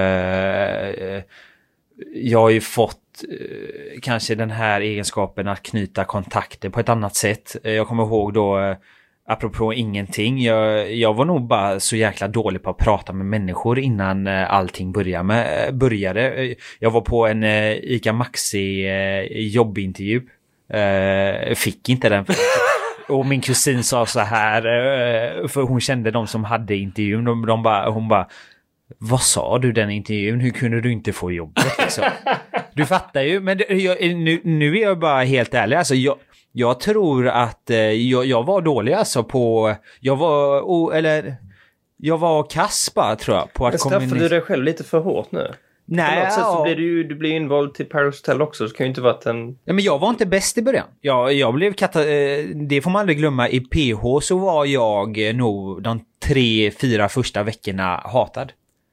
Eh, jag har ju fått eh, kanske den här egenskapen att knyta kontakter på ett annat sätt. Jag kommer ihåg då, eh, apropå ingenting, jag, jag var nog bara så jäkla dålig på att prata med människor innan eh, allting började, med, började. Jag var på en eh, ICA Maxi eh, jobbintervju. Eh, fick inte den. Och min kusin sa så här, eh, för hon kände de som hade intervjun, de, de bara, hon bara, vad sa du den intervjun? Hur kunde du inte få jobbet? Liksom? Du fattar ju, men det, jag, nu, nu är jag bara helt ärlig. Alltså, jag, jag tror att eh, jag, jag var dålig alltså på... Jag var... Oh, eller... Jag var kass bara, tror jag. På att men straffar kommunis- du dig själv lite för hårt nu? Nej, på något sätt ja. så blir du ju du blir invald till Paris Hotel också, så kan ju inte varit en... Ja, men jag var inte bäst i början. Jag, jag blev kata- det får man aldrig glömma. I P H så var jag nog de tre, fyra första veckorna hatad.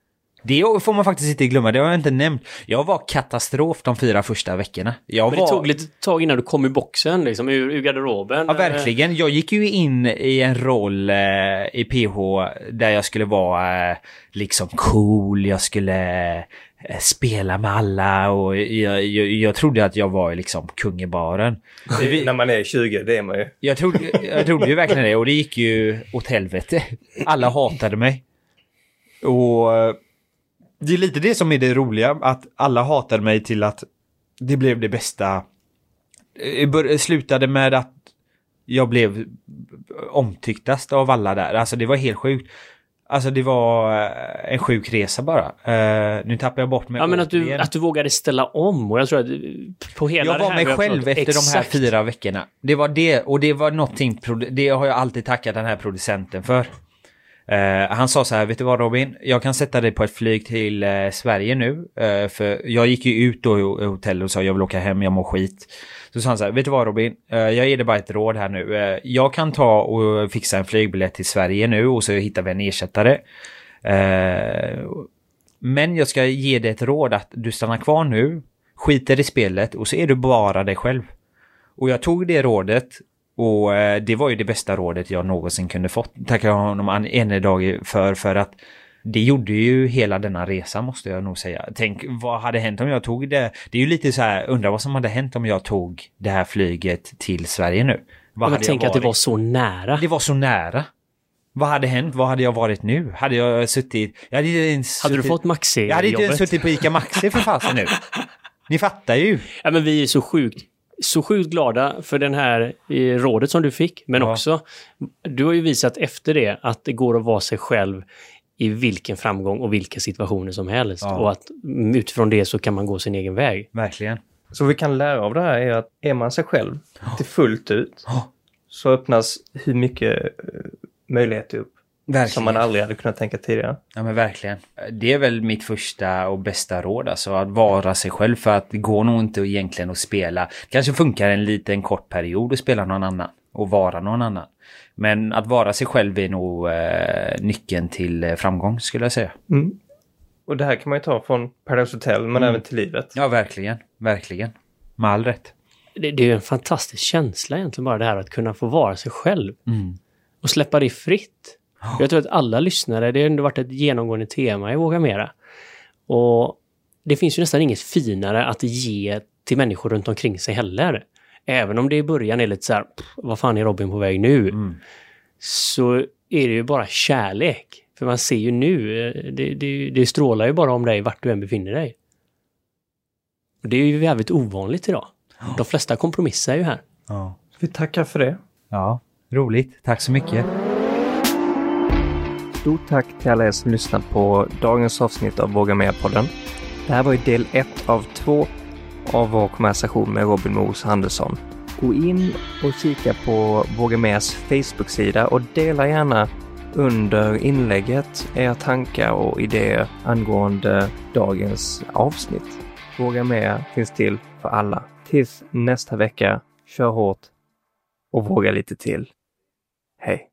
Det får man faktiskt inte glömma, det har jag inte nämnt. Jag var katastrof de fyra första veckorna. Jag Men det var... tog lite tag innan du kom i boxen, liksom, ur, ur garderoben. Ja, verkligen. Jag gick ju in i en roll eh, i P H där jag skulle vara eh, liksom cool, jag skulle eh, spela med alla och jag, jag, jag trodde att jag var liksom kung i baren. Vi... När man är tjugo, det är man ju. Jag trodde, jag trodde ju verkligen det och det gick ju åt helvete. Alla hatade mig. Och det är lite det som är det roliga, att alla hatade mig till att det blev det bästa. Det slutade med att jag blev omtycktast av alla där. Alltså det var helt sjukt. Alltså det var en sjuk resa bara. Uh, nu tappar jag bort mig. Ja, men att du, att du vågade ställa om. Och jag tror att på hela jag var det här mig själv efter exakt. de här fyra veckorna. Det var det. Och det var någonting. Det har jag alltid tackat den här producenten för. Uh, han sa så här, vet du vad Robin? Jag kan sätta dig på ett flyg till uh, Sverige nu. Uh, för jag gick ju ut då i hotellet och sa jag vill åka hem, jag mår skit. Så sa han så här, vet du vad Robin? Uh, jag ger dig bara ett råd här nu. Uh, jag kan ta och fixa en flygbiljett till Sverige nu och så hittar vi en ersättare. Uh, men jag ska ge dig ett råd att du stannar kvar nu, skiter i spelet och så är du bara dig själv. Och jag tog det rådet. Och eh, det var ju det bästa rådet jag någonsin kunde fått. Tackar jag honom en, en dag för, för att det gjorde ju hela denna resa, måste jag nog säga. Tänk, vad hade hänt om jag tog det? Det är ju lite så här, undra vad som hade hänt om jag tog det här flyget till Sverige nu. Vad jag tänker att det var så nära. Det var så nära. Vad hade hänt? Vad hade jag varit nu? Hade jag suttit... Jag hade, ens hade suttit, du fått Maxi? Jag hade inte ens suttit på Ica Maxi för fasen nu. Ni fattar ju. Ja, men vi är så sjukt Så sjukt glada för den här eh, rådet som du fick. Men ja. också, du har ju visat efter det att det går att vara sig själv i vilken framgång och vilka situationer som helst. Ja. Och att utifrån det så kan man gå sin egen väg. Verkligen. Så vi kan lära av det här är att är man sig själv ja. till fullt ut ja. så öppnas hur mycket möjligheter upp. Verkligen. Som man aldrig hade kunnat tänka tidigare. Ja, men verkligen. Det är väl mitt första och bästa råd. Alltså att vara sig själv, för att det går nog inte egentligen att spela. Kanske funkar en liten kort period att spela någon annan. Och vara någon annan. Men att vara sig själv är nog eh, nyckeln till framgång, skulle jag säga. Mm. Och det här kan man ju ta från Paradise Hotel, men mm. även till livet. Ja, verkligen. Verkligen. Med all rätt. Det, det är ju en fantastisk känsla egentligen, bara det här att kunna få vara sig själv. Mm. Och släppa det fritt. Jag tror att alla lyssnare, det har ändå varit ett genomgående tema i Våga Mera. Och det finns ju nästan inget finare att ge till människor runt omkring sig heller. Även om det i början är lite så här, vad fan är Robin på väg nu? Mm. Så är det ju bara kärlek. För man ser ju nu, det, det, det strålar ju bara om dig vart du än befinner dig. Och det är ju jävligt ovanligt idag. De flesta kompromissar ju här. Ja. Vi tackar för det. Ja, roligt. Tack så mycket. Stort tack till alla er som lyssnat på dagens avsnitt av Våga Mera-podden. Det här var ju del ett av två av vår konversation med Robin Mos Andersson. Gå in och kika på Våga Meras Facebook-sida och dela gärna under inlägget era tankar och idéer angående dagens avsnitt. Våga Mera finns till för alla. Tills nästa vecka, kör hårt och våga lite till. Hej!